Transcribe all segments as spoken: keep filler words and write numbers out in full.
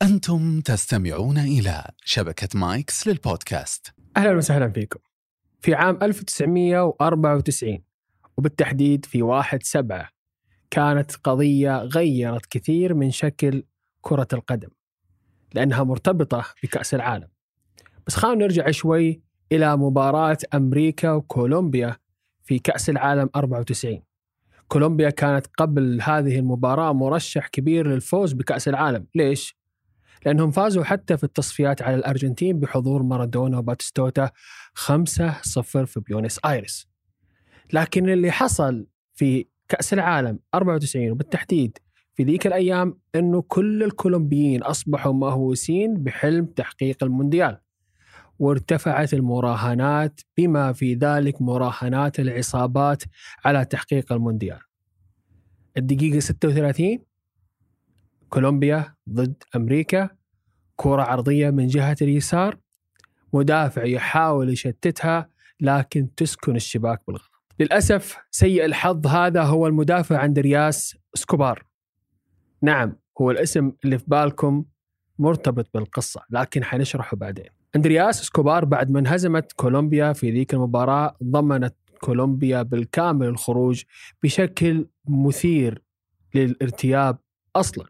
أنتم تستمعون إلى شبكة مايكس للبودكاست. أهلا وسهلا فيكم. في عام ألف وتسعمائة وأربعة وتسعين وبالتحديد في واحد سبعة كانت قضية غيرت كثير من شكل كرة القدم لأنها مرتبطة بكأس العالم. بس خلينا نرجع شوي إلى مباراة أمريكا وكولومبيا في كأس العالم أربعة وتسعين. كولومبيا كانت قبل هذه المباراة مرشح كبير للفوز بكأس العالم. ليش؟ لأنهم فازوا حتى في التصفيات على الأرجنتين بحضور مارادونا وباتيستوتا خمسة صفر في بيونس آيرس. لكن اللي حصل في كأس العالم أربعة وتسعين وبالتحديد في ذيك الأيام أنه كل الكولومبيين أصبحوا مهووسين بحلم تحقيق المونديال، وارتفعت المراهنات بما في ذلك مراهنات العصابات على تحقيق المونديال. الدقيقة ستة وثلاثين كولومبيا ضد أمريكا، كرة عرضية من جهة اليسار، مدافع يحاول يشتتها لكن تسكن الشباك بالغلط. للأسف سيء الحظ هذا هو المدافع أندرياس اسكوبار. نعم، هو الاسم اللي في بالكم مرتبط بالقصة لكن حنشرحه بعدين. أندرياس اسكوبار بعد ما انهزمت كولومبيا في ذيك المباراة ضمنت كولومبيا بالكامل الخروج بشكل مثير للارتياب. أصلا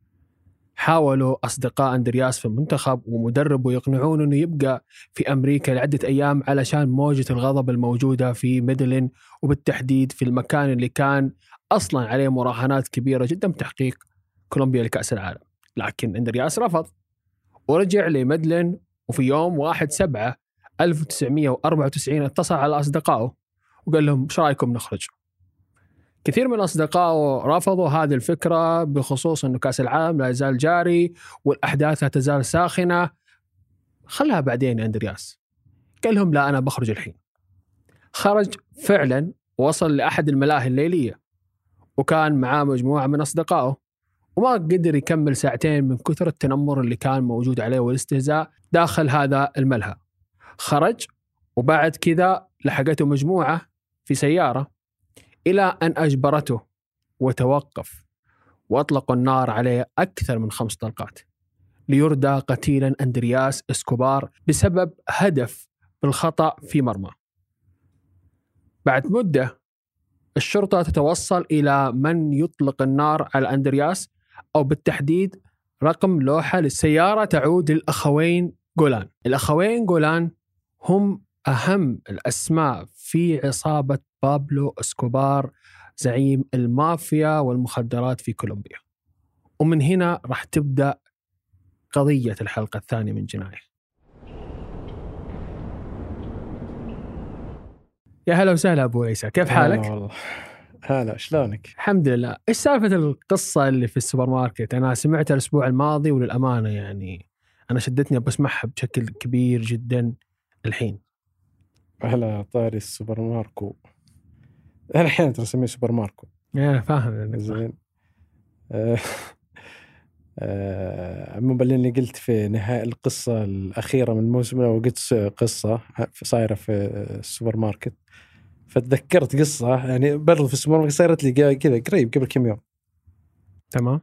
حاولوا أصدقاء أندرياس في المنتخب ومدربه يقنعونه أنه يبقى في أمريكا لعدة أيام علشان موجة الغضب الموجودة في ميدلين، وبالتحديد في المكان اللي كان أصلا عليه مراهنات كبيرة جدا بتحقيق كولومبيا لكأس العالم. لكن أندرياس رفض ورجع لميدلين، وفي يوم واحد سبعة ألف وتسعمائة وأربعة وتسعين اتصل على أصدقائه وقال لهم شو رأيكم نخرج؟ كثير من أصدقائه رفضوا هذه الفكرة بخصوص أنه كأس العالم لا يزال جاري والأحداث لا تزال ساخنة، خلها بعدين يا أندرياس. قال لهم لا، أنا بخرج الحين. خرج فعلا، وصل لأحد الملاهي الليلية وكان معاه مجموعة من أصدقائه، وما قدر يكمل ساعتين من كثر التنمر اللي كان موجود عليه والاستهزاء داخل هذا الملهى. خرج وبعد كذا لحقته مجموعة في سيارة إلى أن أجبرته وتوقف، وأطلقوا النار عليه أكثر من خمس طلقات ليردى قتيلا أندرياس اسكوبار بسبب هدف بالخطأ في مرمى. بعد مدة الشرطة تتوصل إلى من يطلق النار على أندرياس، أو بالتحديد رقم لوحة للسيارة تعود للأخوين غولان. الأخوين غولان هم أهم الأسماء في عصابة بابلو اسكوبار، زعيم المافيا والمخدرات في كولومبيا. ومن هنا راح تبدأ قضية الحلقة الثانية من جناية. يا هلا وسهلا أبو عيسى، كيف حالك؟ هلا والله. هلا، شلونك؟ الحمد لله. إيش سالفة القصة اللي في السوبر ماركت؟ أنا سمعتها الأسبوع الماضي وللأمانة يعني أنا شدتني بسمعها بشكل كبير جدا الحين. هلا، طاري السوبر ماركو. أنا أحيانا تسميه سوبر ماركو. أنا فاهم. زين. مو باللي قلت في نهاية القصة الأخيرة من الموسم، وقلت قصة صايرة في السوبر ماركت، فتذكرت قصة يعني برضو في السوبر ماركت صارت لي كذا قريب قبل كم يوم. تمام.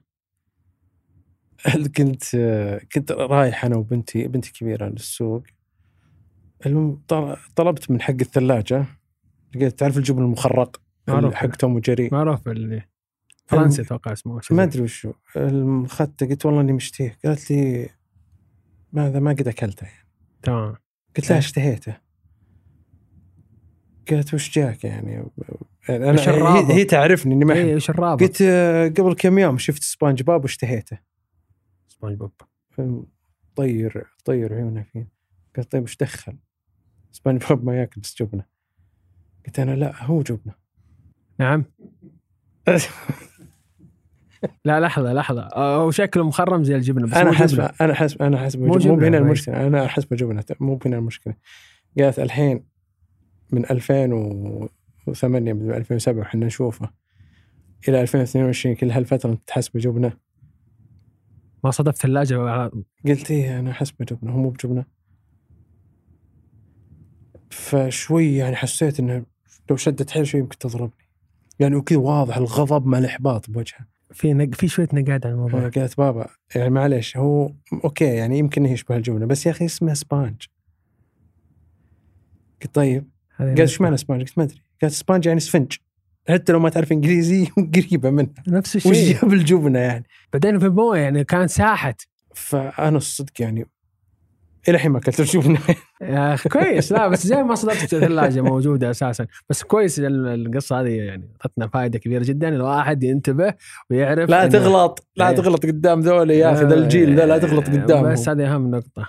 كنت كنت رايح أنا وبنتي بنتي كبيرة للسوق. المهم طلبت من حق الثلاجة، لقيت تعرف الجبن المخرق حق توم وجيري، معروف اللي فرنسي توقع اسمه، ما أدري وشو. المخدة قلت والله إني مشتيه. قالت لي ماذا؟ ما قد أكلته يعني. تمام. قلت لها اشتهيته. قالت وش جاك يعني؟ أنا هي, هي تعرفني إني ما أحب. إيش الرابط؟ قلت قبل كم يوم شفت سبونج بوب واشتهيته. سبونج بوب طير طير عيونه فيه. قالت طيب وش دخل؟ سبونج بوب ما يأكل بس جبنة. قلت أنا لا، هو جبنة. نعم. لا لحظة لحظة، هو شكله مخرم زي الجبنة بس أنا حسب أنا حسب أنا حسب مو هنا المشكلة. أنا حسب جبنة مو هنا المشكلة. قالت الحين من ألفين وثمانية من ألفين وسبعة وحنا نشوفه إلى ألفين واثنين وعشرين كل هالفترة تحسب جبنة. ما صدف ثلاجة. قلت إيه أنا حسب جبنة، هو مو بجبنة. فشوي يعني حسيت إنه لو شدت حيل شوي يمكن تضربني يعني، وكذا واضح الغضب مع الإحباط بوجهه. في نق... في شويه نقاد على الموضوع. قالت بابا يعني معلش هو اوكي يعني يمكن يشبه الجبنه بس يا اخي اسمها سبانج. قلت طيب. قالت ايش معنى سبانج؟ قلت ما ادري. قالت سبانج يعني سفنج، حتى لو ما تعرف انجليزي قريبه منها نفس الشيء. وش جاب الجبنه يعني؟ بعدين في المويه يعني كانت ساحت. فانا الصدق يعني الى الحين ما اكلت الجبنه. يا اخي كويس. لا بس زي ما صدقت الثلاجه موجوده اساسا. بس كويس القصه هذه يعني اعطتنا فائده كبيره جدا. الواحد ينتبه ويعرف لا تغلط لا ايه. تغلط قدام ذولي يا اخي ذا الجيل ذا لا تغلط قدامهم. بس هذه اهم نقطه.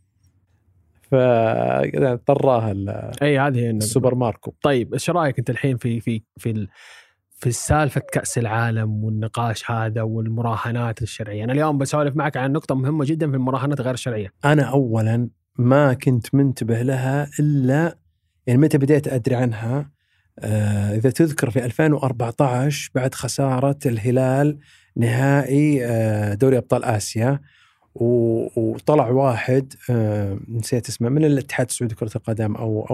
فكذا اضطراها اي هذه السوبر ماركو. طيب ايش رايك انت الحين في في في في السالفه كاس العالم والنقاش هذا والمراهنات الشرعيه؟ انا اليوم بسولف معك عن نقطه مهمه جدا في المراهنات غير الشرعيه. انا اولا ما كنت منتبه لها الا يعني متى بديت ادري عنها. آه اذا تذكر في ألفين وأربعة عشر بعد خساره الهلال نهائي آه دوري ابطال اسيا، وطلع واحد آه نسيت اسمه من الاتحاد السعودي كرة القدم أو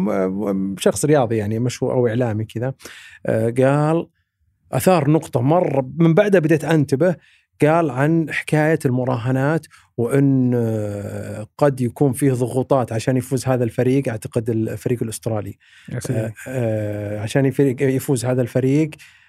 أو شخص رياضي يعني مشهور أو إعلامي كذا، آه قال أثار نقطة مرة من بعدها بديت أنتبه. قال عن حكاية المراهنات وأن آه قد يكون فيه ضغوطات عشان يفوز هذا الفريق. أعتقد الفريق الأسترالي آه آه عشان يفوز هذا الفريق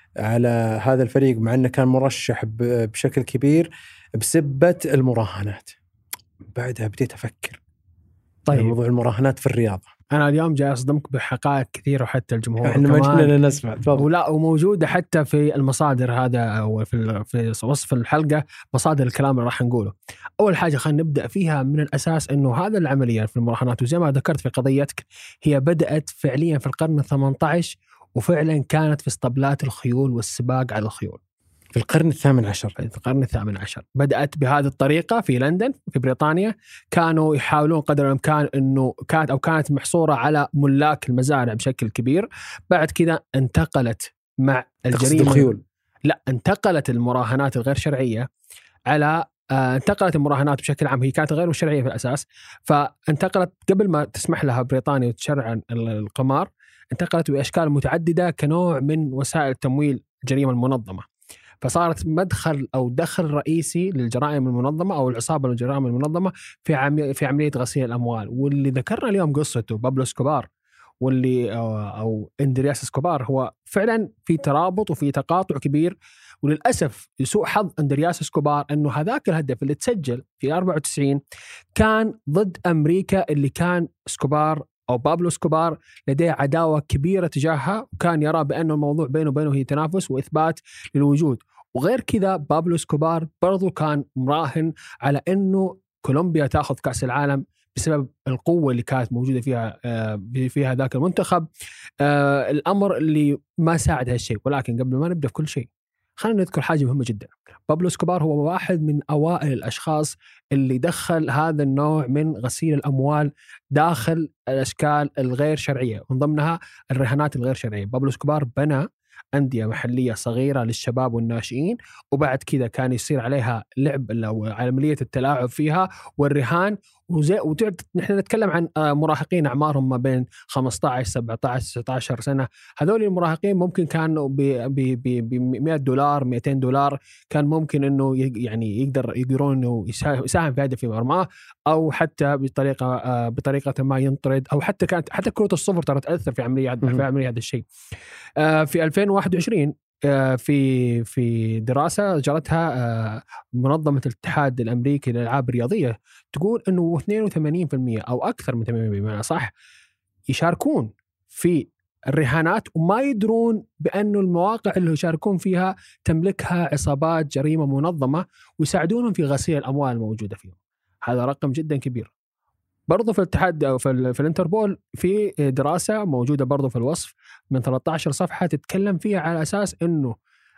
على هذا الفريق مع أنه كان مرشح بشكل كبير بسبة المراهنات. بعدها بديت أفكر طيب موضوع المراهنات في الرياضة. أنا اليوم جاي أصدمك بحقائق كثير وحتى الجمهور إحنا ما جينا نسمع ولا وموجودة حتى في المصادر هذا أو في في وصف الحلقة مصادر الكلام اللي راح نقوله. أول حاجة خلينا نبدأ فيها من الأساس إنه هذا العملية في المراهنات وزي ما ذكرت في قضيتك هي بدأت فعليا في القرن الثامن عشر وفعلا كانت في اسطبلات الخيول والسباق على الخيول في القرن الثامن عشر. في القرن الثامن عشر بدأت بهذه الطريقة في لندن في بريطانيا. كانوا يحاولون قدر الإمكان إنه كانت أو كانت محصورة على ملاك المزارع بشكل كبير. بعد كذا انتقلت مع الجريمة الخيول. لا انتقلت المراهنات الغير شرعية على آه انتقلت المراهنات بشكل عام. هي كانت غير شرعية في الأساس فانتقلت قبل ما تسمح لها بريطانيا وتشرع القمار انتقلت بأشكال متعددة كنوع من وسائل تمويل الجريمة المنظمة. فصارت مدخل أو دخل رئيسي للجرائم المنظمة أو العصابة للجرائم المنظمة في عم في عملية غسيل الأموال. واللي ذكرنا اليوم قصته بابلو اسكوبار واللي أو, أو اندرياس اسكوبار هو فعلا في ترابط وفي تقاطع كبير. وللأسف لسوء حظ اندرياس اسكوبار أنه هذاك الهدف اللي تسجل في أربعة وتسعين كان ضد أمريكا اللي كان اسكوبار أو بابلو اسكوبار لديه عداوة كبيرة تجاهها وكان يرى بأن الموضوع بينه وبينه هي تنافس وإثبات للوجود. وغير كذا بابلو اسكوبار برضو كان مراهن على أنه كولومبيا تأخذ كأس العالم بسبب القوة اللي كانت موجودة فيها فيها ذاك المنتخب. الأمر اللي ما ساعد هالشيء. ولكن قبل ما نبدأ في كل شيء خلينا نذكر حاجة مهمة جدا. بابلو اسكوبار هو واحد من أوائل الأشخاص اللي دخل هذا النوع من غسيل الأموال داخل الأشكال الغير شرعية من ضمنها الرهانات الغير شرعية. بابلو اسكوبار بنى أندية محلية صغيرة للشباب والناشئين وبعد كذا كان يصير عليها لعب أو عملية التلاعب فيها والرهان وزي وتعد. نحن نتكلم عن مراهقين أعمارهم ما بين خمسة عشر سبعة عشر ستة عشر سنة. هذول المراهقين ممكن كانوا ب مئة دولار مئتين دولار كان ممكن إنه يعني يقدر يقدرون إنه يساهم في هذا في مرماه أو حتى بطريقة بطريقة ما ينطرد أو حتى كانت حتى كروت الصفر ترى تأثر في عملية في عملية هذا الشيء. في ألفين وواحد وعشرين في في دراسة جرتها منظمة الاتحاد الأمريكي للألعاب الرياضية تقول إنه اثنين وثمانين بالمئة أو أكثر من ثمانين بالمئة صح يشاركون في الرهانات وما يدرون بأنه المواقع اللي يشاركون فيها تملكها عصابات جريمة منظمة ويساعدونهم في غسيل الأموال الموجودة فيهم. هذا رقم جدا كبير. برضو في الاتحاد أو في, في الانتربول في دراسة موجودة برضو في الوصف من ثلاثة عشر صفحة تتكلم فيها على أساس أنه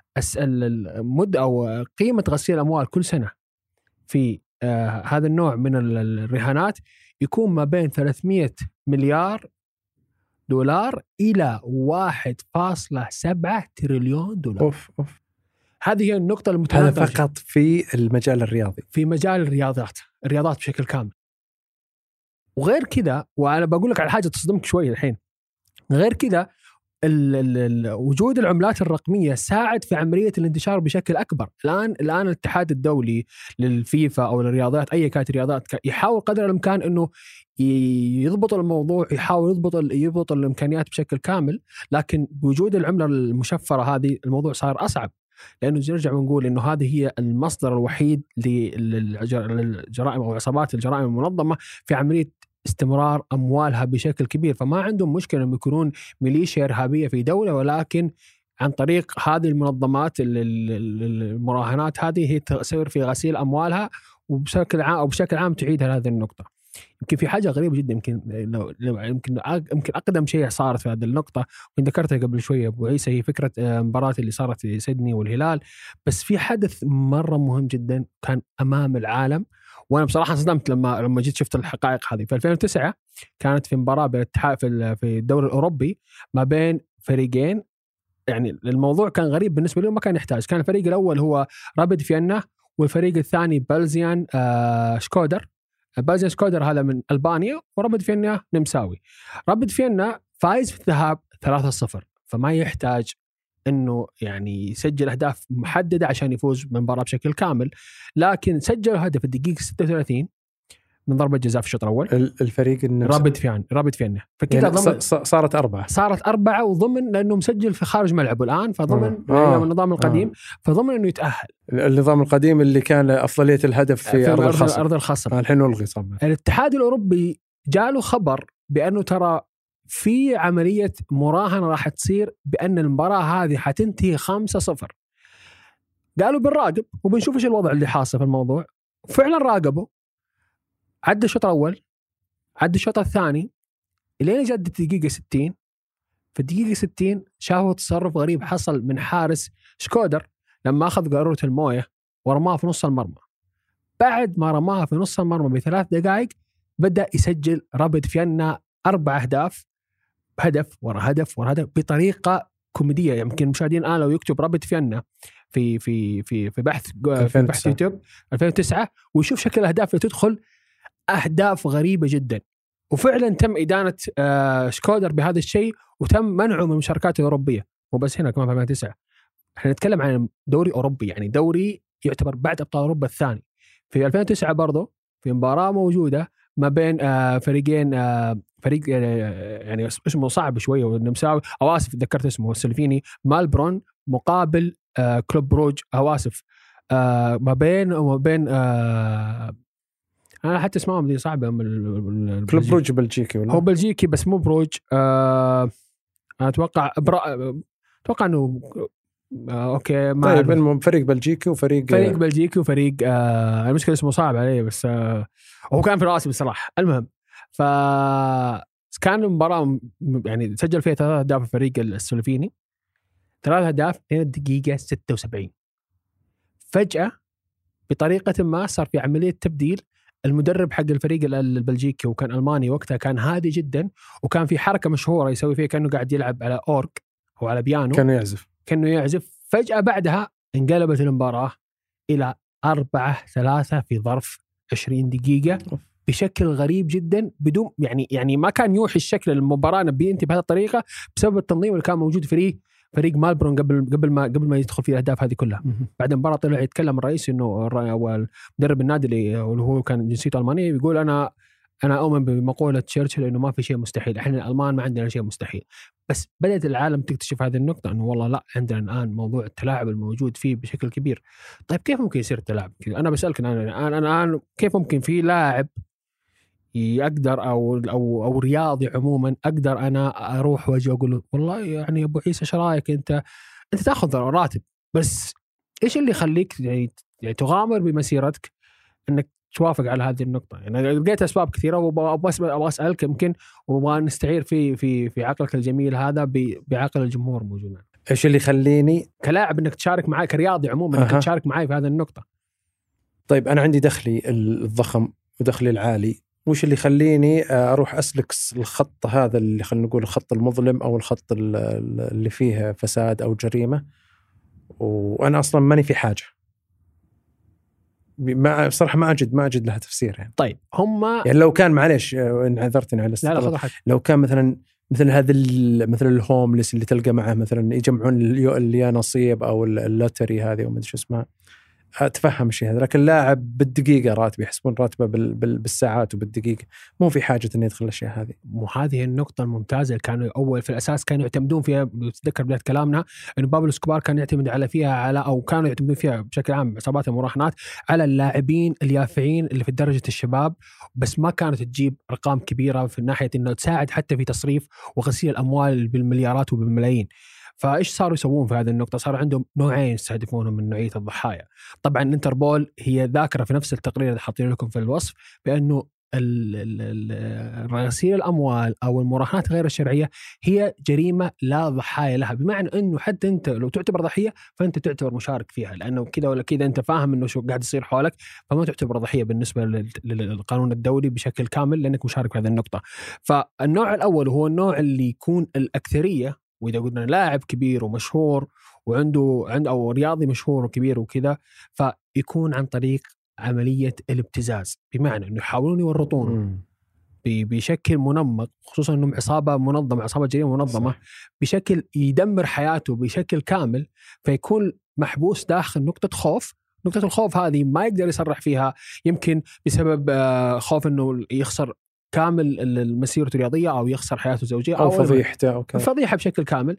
المدة أو قيمة غسيل الأموال كل سنة في آه هذا النوع من الرهانات يكون ما بين ثلاثمئة مليار دولار إلى واحد فاصلة سبعة تريليون دولار. أوف أوف. هذه هي النقطة المتناقضة. هذا فقط في المجال الرياضي. في مجال الرياضات الرياضات بشكل كامل. وغير كذا وأنا بقول لك على حاجة تصدمك شوي الحين. غير كذا ال ال وجود العملات الرقميه ساعد في عمليه الانتشار بشكل اكبر. الان الان الاتحاد الدولي للفيفا او الرياضات اي كانت رياضات يحاول قدر الامكان انه يضبط الموضوع، يحاول يضبط يضبط الامكانيات بشكل كامل، لكن بوجود العمله المشفره هذه الموضوع صار اصعب، لانه نرجع ونقول انه هذه هي المصدر الوحيد للجرائم او عصابات الجرائم المنظمه في عمليه استمرار أموالها بشكل كبير. فما عندهم مشكلة أن يكونون ميليشيا إرهابية في دولة، ولكن عن طريق هذه المنظمات المراهنات هذه هي تسير في غسيل أموالها، وبشكل عام أو بشكل عام تعيدها هذه النقطة. يمكن في حاجة غريبة جدا، يمكن لو يمكن يمكن أقدم شيء صارت في هذه النقطة وإن ذكرتها قبل شوية أبو عيسى، هي فكرة مباراة اللي صارت في سيدني والهلال. بس في حدث مرة مهم جدا كان أمام العالم، وانا بصراحه صدمت لما لما جيت شفت الحقائق هذه. في ألفين وتسعة كانت في مباراه بالاتحاد في في الدوري الاوروبي ما بين فريقين. يعني الموضوع كان غريب بالنسبه لي وما كان يحتاج. كان الفريق الاول هو رابد فيينا والفريق الثاني بلزيان آه شكودر. بلزيان شكودر هذا من البانيا ورابد فيينا نمساوي. رابد فيينا فايز في الذهاب ثلاثة صفر، فما يحتاج انه يعني يسجل اهداف محدده عشان يفوز بالمباراه بشكل كامل، لكن سجل هدف الدقيقه ستة وثلاثين من ضربه جزاء في الشوط الاول. الفريق رابد فيان رابد فينا فكذا يعني ضمن صارت اربعه صارت اربعه وضمن لانه مسجل في خارج ملعبه الان، فضمن آه. النظام القديم آه. فضمن انه يتاهل. النظام القديم اللي كان افضليه الهدف في, في ارض الخصم، ارض الخصم الحين الغي صار. الاتحاد الاوروبي جاله خبر بانه ترى في عملية مراهنة راح تصير بأن المباراة هذه حتنتهي خمسة صفر. قالوا بنراقب وبنشوف إيش الوضع اللي حاصل في الموضوع. فعلا راقبوا، عد الشوط الأول، عد الشوط الثاني، لين جت الدقيقة ستين. في الدقيقة ستين شافوا تصرف غريب حصل من حارس شكودر لما أخذ قارورة الموية ورماها في نص المرمى. بعد ما رماها في نص المرمى بثلاث دقائق بدأ يسجل رابد فيينا أربع أهداف، هدف ورا هدف ورا هدف بطريقه كوميديه. يمكن المشاهدين الان لو يكتب رابد فيينا في في في في بحث في بحث يوتيوب ألفين وتسعة ويشوف شكل الاهداف اللي تدخل، اهداف غريبه جدا. وفعلا تم ادانه شكودر بهذا الشيء وتم منعه من المشاركات الاوروبيه. وبس هنا كمان في ألفين وتسعة احنا نتكلم عن دوري اوروبي، يعني دوري يعتبر بعد ابطال اوروبا الثاني. في ألفين وتسعة برضه في مباراه موجوده ما بين فريقين، فريق يعني اسمه صعب شويه والنمساوي او اسف ذكرت اسمه السلفيني، مالبرون مقابل كلوب بروج او اسف ما بين وما بين انا حتى اسمهم دي صعبه. كلوب بروج بلجيكي ولا هو بلجيكي بس مو بروج. انا اتوقع اتوقع انه اوكي ما طيب المهم فريق بلجيكي وفريق فريق بلجيكي وفريق آه المشكله اسمه صعب عليه بس آه هو كان في راسي بصراحه. المهم ف كان المباراه يعني سجل فيها ثلاث اهداف الفريق السلوفيني، ثلاث اهداف لين الدقيقه ستة وسبعين. فجاه بطريقه ما صار في عمليه تبديل. المدرب حق الفريق البلجيكي وكان الماني وقتها كان هادي جدا، وكان في حركه مشهوره يسوي فيها كانه قاعد يلعب على اورج او على بيانو، كانه يعزف كانه يعزف. فجأة بعدها انقلبت المباراة إلى أربعة ثلاثة في ظرف عشرين دقيقة بشكل غريب جدا، بدون يعني يعني ما كان يوحي الشكل المباراة نبي انت بهذه الطريقة بسبب التنظيم اللي كان موجود فريق فريق مالبرون قبل قبل ما قبل ما يدخل في الأهداف هذه كلها. بعد المباراة طلع يتكلم الرئيس إنه مدرب النادي اللي هو كان جنسيته ألمانية يقول أنا أنا أؤمن بمقولة تشرشل إنه ما في شيء مستحيل، إحنا الألمان ما عندنا شيء مستحيل. بس بدأت العالم تكتشف هذه النقطة إنه والله لا، عندنا الآن موضوع التلاعب الموجود فيه بشكل كبير. طيب كيف ممكن يصير التلاعب؟ أنا بسألك أنا أنا الآن كيف ممكن في لاعب يقدر أو أو أو رياضي عموما أقدر أنا أروح وأجي أقول والله يعني أبو عيسى إيش رأيك أنت أنت تأخذ راتب، بس إيش اللي يخليك يعني تغامر بمسيرتك إنك توافق على هذه النقطة؟ يعني لقيت أسباب كثيرة وأبغى أسألك يمكن وأبغى نستعير في في في عقلك الجميل هذا بعقل الجمهور موجود. إيش اللي يخليني كلاعب إنك تشارك معي كرياضي عموما إنك أه. تشارك معي في هذه النقطة؟ طيب أنا عندي دخلي الضخم ودخلي العالي، وش اللي يخليني أروح أسلك الخط هذا اللي خلينا نقول الخط المظلم أو الخط اللي فيه فساد أو جريمة وأنا أصلا ماني في حاجة؟ ما صراحة ما أجد ما أجد لها تفسير يعني. طيب هم يعني لو كان معليش إن عذرتني على الاستطلاع، لو كان مثلا مثل هذا مثل الهوملس اللي تلقى معه مثلا يجمعون اليانصيب او اللوتري هذه وما ادري شو اسمها، اتفهم الشيء هذا. لكن لاعب بالدقيقه راتب يحسبون راتبه بالساعات وبالدقيقه، مو في حاجه انه يدخل الاشياء هذه. مو هذه النقطه الممتازه اللي كانوا اول في الاساس كانوا يعتمدون فيها. تذكر بدايه كلامنا انه بابلو اسكوبار كان يعتمد على فيها على او كانوا يعتمدون فيها بشكل عام عصابات المراهنات على اللاعبين اليافعين اللي في درجه الشباب، بس ما كانت تجيب ارقام كبيره في ناحيه انه تساعد حتى في تصريف وغسيل الاموال بالمليارات وبالملايين. فايش صاروا يسوون في هذه النقطه؟ صار عندهم نوعين يستهدفونهم من نوعيه الضحايا. طبعا الانتربول هي ذاكره في نفس التقرير اللي حاطين لكم في الوصف بانه غسيل الاموال او المراهنات غير الشرعيه هي جريمه لا ضحايا لها، بمعنى انه حتى انت لو تعتبر ضحيه فانت تعتبر مشارك فيها، لانه كذا ولا كذا انت فاهم انه شو قاعد يصير حولك، فما تعتبر ضحيه بالنسبه للقانون الدولي بشكل كامل لانك مشارك في هذه النقطه. فالنوع الاول هو النوع اللي يكون الاكثريه، واذا قلنا لاعب كبير ومشهور وعنده عنده او رياضي مشهور وكبير وكذا، فيكون عن طريق عمليه الابتزاز، بمعنى انه يحاولون يورطونه بشكل منمق، خصوصا انهم عصابه منظمه، عصابه جريمه منظمه صح. بشكل يدمر حياته بشكل كامل، فيكون محبوس داخل نقطه خوف. نقطه الخوف هذه ما يقدر يصرح فيها، يمكن بسبب خوف انه يخسر كامل المسيرة الرياضية أو يخسر حياته الزوجية أو, أو فضيحته أو فضيحة بشكل كامل،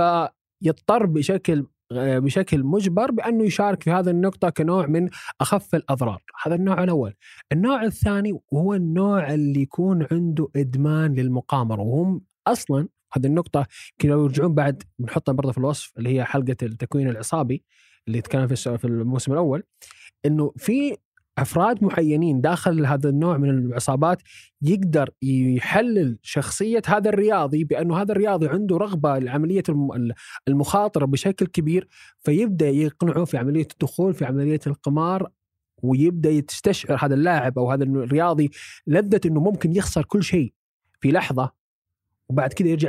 فيضطر بشكل بشكل مجبر بأنه يشارك في هذا النقطة كنوع من أخف الأضرار. هذا النوع الأول. النوع الثاني وهو النوع اللي يكون عنده إدمان للمقامرة، وهم أصلا هذه النقطة كي لو يرجعون بعد بنحطها برضه في الوصف اللي هي حلقة التكوين العصابي اللي تكلم في في الموسم الأول، إنه في أفراد معينين داخل هذا النوع من العصابات يقدر يحلل شخصية هذا الرياضي بأنه هذا الرياضي عنده رغبة لعملية المخاطرة بشكل كبير، فيبدأ يقنعه في عملية الدخول في عملية القمار، ويبدأ يستشعر هذا اللاعب أو هذا الرياضي لذة أنه ممكن يخسر كل شيء في لحظة وبعد كده يرجع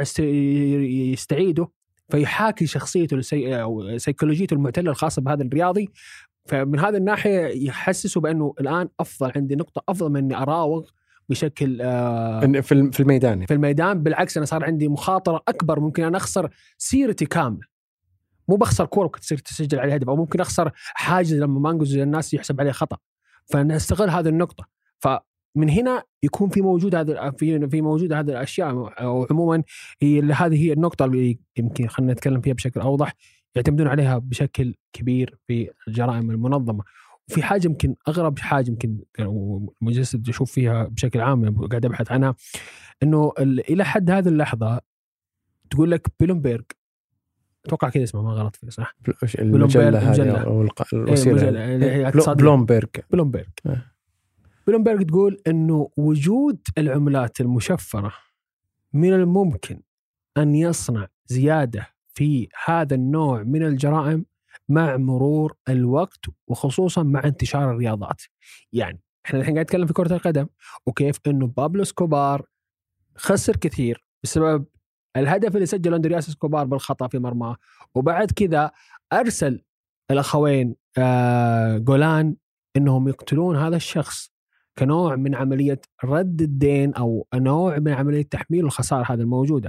يستعيده، فيحاكي شخصيته أو سيكولوجيته المعتلة الخاصة بهذا الرياضي. فمن هذا الناحية يحسسوا بأنه الآن أفضل، عندي نقطة أفضل من إني أراوغ بشكل آه في الميدان في الميدان بالعكس أنا صار عندي مخاطرة أكبر، ممكن أنا أخسر سيرتي كاملة، مو بخسر كورة تصير تسجل عليه هدف، أو ممكن أخسر حاجز لما ما أنقذ الناس يحسب عليه خطأ، فنستغل هذه النقطة. فمن هنا يكون في موجود هذا في في موجود هذه الأشياء، أو عموما هي هذه هي النقطة اللي يمكن خلينا نتكلم فيها بشكل أوضح، يعتمدون عليها بشكل كبير في الجرائم المنظمة. وفي حاجة يمكن أغرب حاجة يمكن مجلس أشوف فيها بشكل عام قاعد أبحث عنها، إنه إلى حد هذه اللحظة تقول لك بلومبيرغ، أتوقع كذا اسمه ما غلط فيه صح؟ المجلة هذه أو الوسيلة بلومبيرغ بلومبيرغ بلومبيرغ تقول إنه وجود العملات المشفرة من الممكن أن يصنع زيادة في هذا النوع من الجرائم مع مرور الوقت، وخصوصا مع انتشار الرياضات. يعني احنا الحين قاعد نتكلم في كرة القدم وكيف انه بابلو اسكوبار خسر كثير بسبب الهدف اللي سجله اندرياس اسكوبار بالخطأ في مرماه، وبعد كذا ارسل الاخوين آه جولان انهم يقتلون هذا الشخص كنوع من عملية رد الدين او نوع من عملية تحميل الخسارة هذه الموجودة.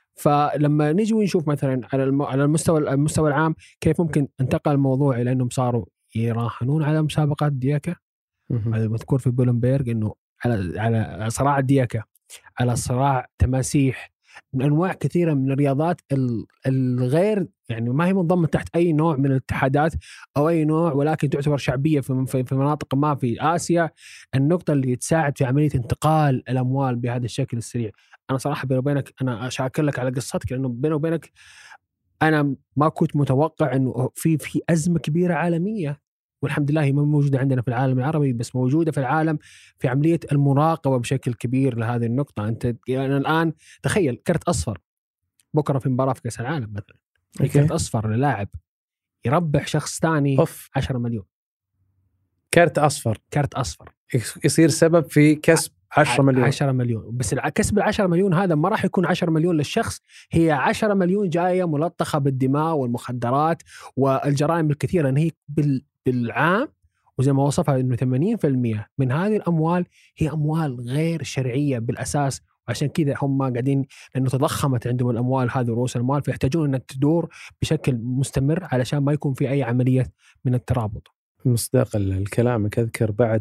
فلما نيجي ونشوف مثلا على على المستوى المستوى العام كيف ممكن انتقل الموضوع الى انهم صاروا يراهنون على مسابقات دياكا، هذا مذكور في بلومبيرغ انه على على صراع الدياكا، على صراع تماسيح، من انواع كثيره من الرياضات الغير يعني ما هي منضمه تحت اي نوع من الاتحادات او اي نوع، ولكن تعتبر شعبيه في في مناطق ما في اسيا. النقطه اللي تساعد في عمليه انتقال الاموال بهذا الشكل السريع. أنا صراحة بيني وبينك أنا أشاكر لك على قصتك، لأنه بيني وبينك أنا ما كنت متوقع إنه في في أزمة كبيرة عالمية، والحمد لله هي ما موجودة عندنا في العالم العربي بس موجودة في العالم في عملية المراقبة بشكل كبير لهذه النقطة. أنت يعني الآن تخيل كرت أصفر بكرة في مباراة في كأس العالم مثلا، كرت أصفر للاعب يربح شخص ثاني عشرة مليون. كرت أصفر كرت أصفر يصير سبب في كسب عشرة مليون. عشرة مليون بس كسب العشرة مليون هذا ما راح يكون عشرة مليون للشخص، هي عشرة مليون جاية ملطخة بالدماء والمخدرات والجرائم الكثيرة. هي بالعام وزي ما وصفها إنه ثمانين بالمئة من هذه الأموال هي أموال غير شرعية بالأساس، عشان كذا هم قاعدين، لأنه تضخمت عندهم الأموال هذه ورؤوس المال، فيحتاجون أنك تدور بشكل مستمر علشان ما يكون في أي عملية من الترابط. مصداق الكلام أذكر بعد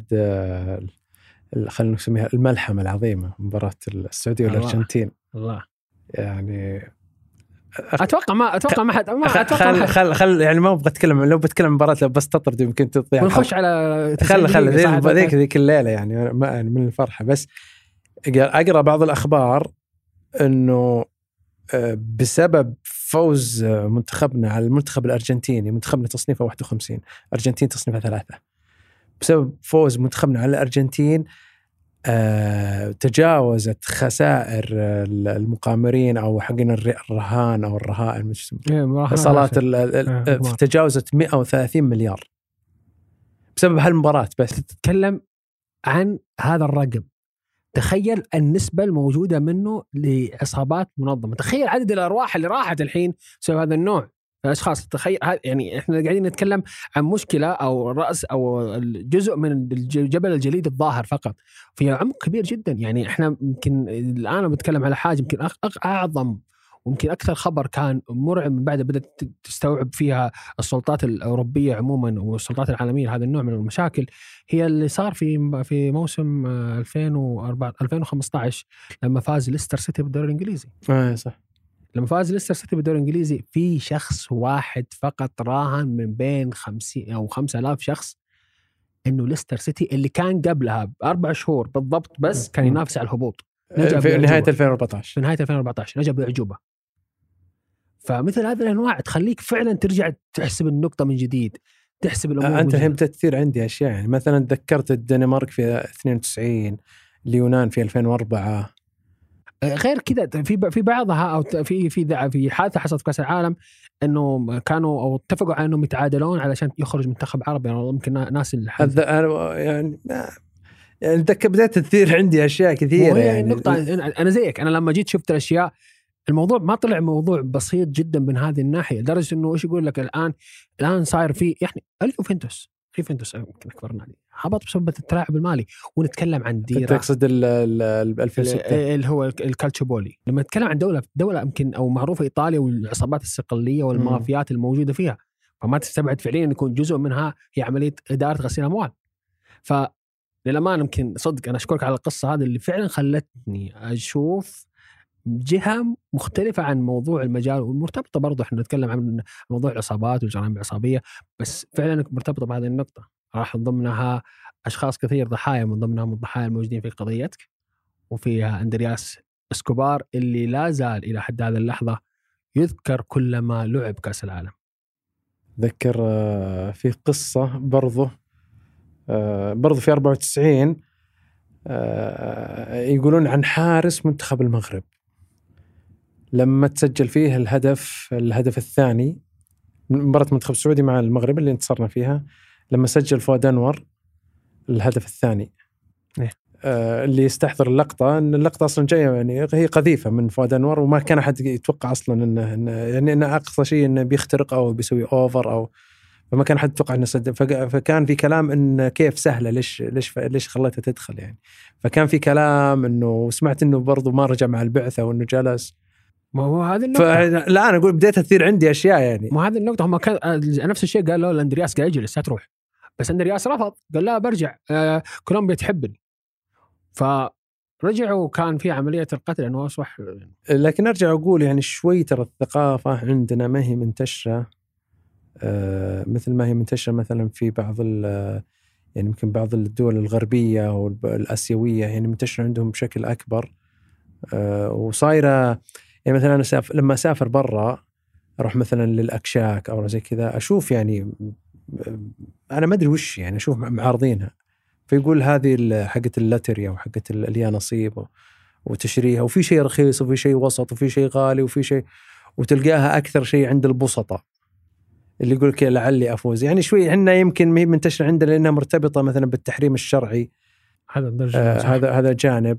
خلينا نسميها الملحمة العظيمة، مباراة السعودية والأرجنتين. الله يعني اتوقع ما اتوقع ما حد ما اتوقع خل خل خل يعني ما ابغى اتكلم، لو بتكلم مباراه لو بس تطرد يمكن تضيع. نخش على خل خل ذيك ذيك الليله يعني ما من الفرحه. بس اقرا بعض الاخبار انه بسبب فوز منتخبنا على المنتخب الارجنتيني، منتخبنا تصنيفه واحد وخمسين، ارجنتين تصنيفها ثلاثة، بسبب فوز منتخبنا على الارجنتين آه، تجاوزت خسائر المقامرين أو حقين الرهان أو الرهائن مش صلاة تجاوزت مئة وثلاثين مليار بسبب هالمباراة. بس تتكلم عن هذا الرقم، تخيل النسبة الموجودة منه لعصابات منظمة، تخيل عدد الأرواح اللي راحت الحين بسبب هذا النوع الأشخاص. تخيل يعني إحنا قاعدين نتكلم عن مشكلة أو رأس أو جزء من الجبل الجليد الظاهر فقط، في عمق كبير جدا. يعني إحنا يمكن الآن بنتكلم على حاجة يمكن أعظم ويمكن أكثر خبر كان مرعب من بعد بدأت تستوعب فيها السلطات الأوروبية عموما والسلطات العالمية هذا النوع من المشاكل، هي اللي صار في في موسم ألفين وأربعة ألفين وخمسة عشر لما فاز ليستر سيتي بالدوري الإنجليزي. آه صح. لما فاز ليستر سيتي بالدوري الإنجليزي في شخص واحد فقط راهن من بين خمسين أو خمسة آلاف شخص إنه ليستر سيتي اللي كان قبلها بأربع شهور بالضبط بس كان ينافس على الهبوط في نهاية ألفين وأربعة عشر في نهاية ألفين وأربعة عشر نجا بأعجوبة. فمثل هذه الأنواع تخليك فعلا ترجع تحسب النقطة من جديد، تحسب الأمور. أنت هم تأثير عندي أشياء، يعني مثلا ذكرت الدنمارك في اثنين وتسعين، اليونان في ألفين وأربعة. غير كذا في في بعضها او في في في حادثه حصلت في كاس العالم انه كانوا او اتفقوا على انهم يتعادلون علشان يخرج منتخب عربي. يعني يمكن ناس الحادثه يعني يعني بدأت تثير عندي اشياء كثيره. يعني النقطه انا زيك، انا لما جيت شفت الاشياء الموضوع ما طلع موضوع بسيط جدا من هذه الناحيه، لدرجه انه ايش يقول لك الان الان صاير في يعني اليوفنتوس يوفنتوس يمكن اكبر نادي هبط بسبب التلاعب المالي، ونتكلم عن ديرة تقصد ال ألفين وستة اللي هو الكالتشوبولي. لما نتكلم عن دولة دولة يمكن أو معروفة إيطاليا والعصابات الصقلية والمافيات الموجودة فيها، فما تستبعد فعليا أن يكون جزء منها هي عملية إدارة غسيل أموال. فللأمانة يمكن صدق أنا أشكرك على القصة هذه اللي فعلا خلتني أشوف جهة مختلفة عن موضوع المجال، والمرتبطة برضو احنا نتكلم عن موضوع العصابات والجرائم العصابية، بس فعلا مرتبطة بهذه النقطة. راح ضمنها أشخاص كثير ضحايا، من ضمنها من الضحايا الموجودين في قضيتك وفيها أندرياس اسكوبار اللي لا زال إلى حد هذه اللحظة يذكر كلما لعب كأس العالم. ذكر في قصة برضو برضو في أربعة وتسعين يقولون عن حارس منتخب المغرب لما تسجل فيه الهدف الهدف الثاني من مباراة منتخب السعودي مع المغرب اللي انتصرنا فيها، لما سجل فؤاد أنور الهدف الثاني. إيه؟ آه اللي يستحضر اللقطة أن اللقطة أصلا جاية يعني هي قذيفة من فؤاد أنور، وما كان أحد يتوقع أصلا إنه, إنه يعني إنه أقصى شيء إنه بيخترق أو بيسوي أوفر أو فما كان أحد يتوقع إنه سجل. فكان في كلام إن كيف سهلة ليش ليش ليش خلتها تدخل يعني. فكان في كلام إنه سمعت إنه برضو ما رجع مع البعثة وإنه جلس. ما هو هذه النقطة. لا أنا أقول بديت تثير عندي أشياء يعني. ما هذه النقطة هم كان نفس الشيء قال له أندرياس قال يجلس لا تروح، بس أندرياس رفض قال لا برجع آه كولومبيا تحبني، فرجع وكان في عملية القتل أنه أصبح. لكن أرجع أقول يعني شوي ترى الثقافة عندنا ما هي منتشرة آه مثل ما هي منتشرة مثلا في بعض يعني يمكن بعض الدول الغربية والآسيوية يعني منتشرة عندهم بشكل أكبر. آه وصايرة يعني مثلا أنا سافر لما أسافر برا أروح مثلا للأكشاك أو زي كذا أشوف يعني أنا ما أدري وش يعني أشوف معارضينها، فيقول هذه حقة اللاتريا وحقة اليانصيب وتشريها، وفي شيء رخيص وفي شيء وسط وفي شيء غالي وفي شيء، وتلقاها أكثر شيء عند البسطة اللي يقول كي لعلي أفوز. يعني شوي عندنا يمكن ما هي منتشرة عندنا لأنها مرتبطة مثلا بالتحريم الشرعي. هذا آه هذا هذا جانب.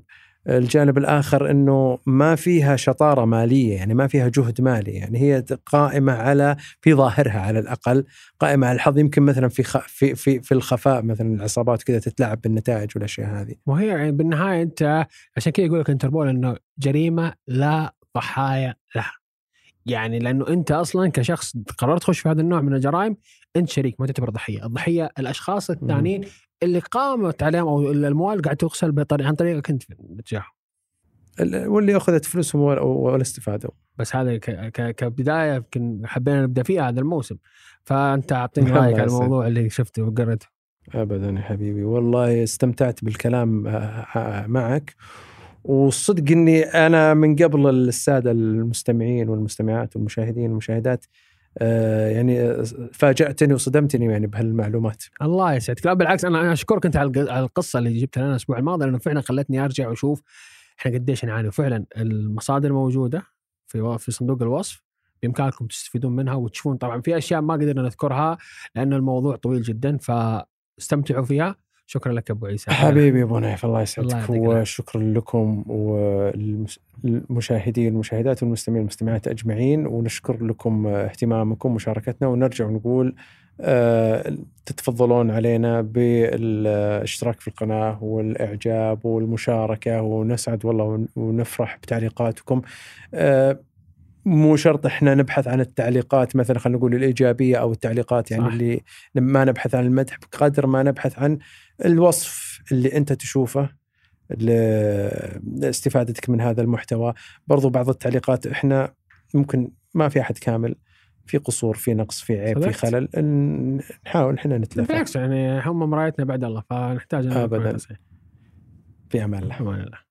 الجانب الآخر أنه ما فيها شطارة مالية، يعني ما فيها جهد مالي، يعني هي قائمة على في ظاهرها على الأقل قائمة على الحظ. يمكن مثلا في خ... في في في الخفاء مثلا العصابات كذا تتلعب بالنتائج والأشياء هذه. وهي يعني بالنهاية أنت عشان كذا يقول لك انتربول إنه جريمة لا ضحايا لها، يعني لأنه أنت أصلا كشخص قررت تخش في هذا النوع من الجرائم أنت شريك، ما تعتبر ضحية. الضحية الأشخاص الثانيين اللي قامت عليهم أو الأموال قاعد تغسل بطريقة عن طريقك أنت بتجاههم، واللي أخذت فلوسهم ولا استفادوا. بس هذا كبداية يمكن حبينا نبدأ فيها هذا الموسم، فأنت أعطيني رأيك على الموضوع اللي شفته وقرأته. أبدا يا حبيبي، والله استمتعت بالكلام معك، والصدق أني أنا من قبل السادة المستمعين والمستمعات والمشاهدين والمشاهدات آه يعني فاجأتني وصدمتني يعني بهالمعلومات. الله يسعدك. لا بالعكس، أنا أنا أشكرك أنت على القصة اللي جبتها لنا الأسبوع الماضي، لأنه فعلا خلتني أرجع وأشوف إحنا قديش نعاني. وفعلا المصادر موجودة في في صندوق الوصف، بإمكانكم تستفيدون منها وتشوفون. طبعا في أشياء ما قدرنا نذكرها لأن الموضوع طويل جدا، فاستمتعوا فيها. شكرا لك أبو عيسى حبيبي أبو نايف، الله يسعدك. وشكرا لكم والمشاهدين والمشاهدات والمستمعين والمستمعات أجمعين، ونشكر لكم اهتمامكم ومشاركتنا. ونرجع ونقول أه تتفضلون علينا بالاشتراك في القناة والإعجاب والمشاركة، ونسعد والله ونفرح بتعليقاتكم. أه مو شرط احنا نبحث عن التعليقات مثلا خلينا نقول الإيجابية أو التعليقات يعني صح. اللي ما نبحث عن المدح بقدر ما نبحث عن الوصف اللي انت تشوفه لاستفادتك من هذا المحتوى. برضو بعض التعليقات احنا ممكن ما في أحد كامل، في قصور، في نقص، في عيب، صدقت. في خلل، نحاول احنا نتلافى. بالعكس يعني هم مرايتنا بعد الله، فنحتاج أبدا. في أمان الله. أمان الله.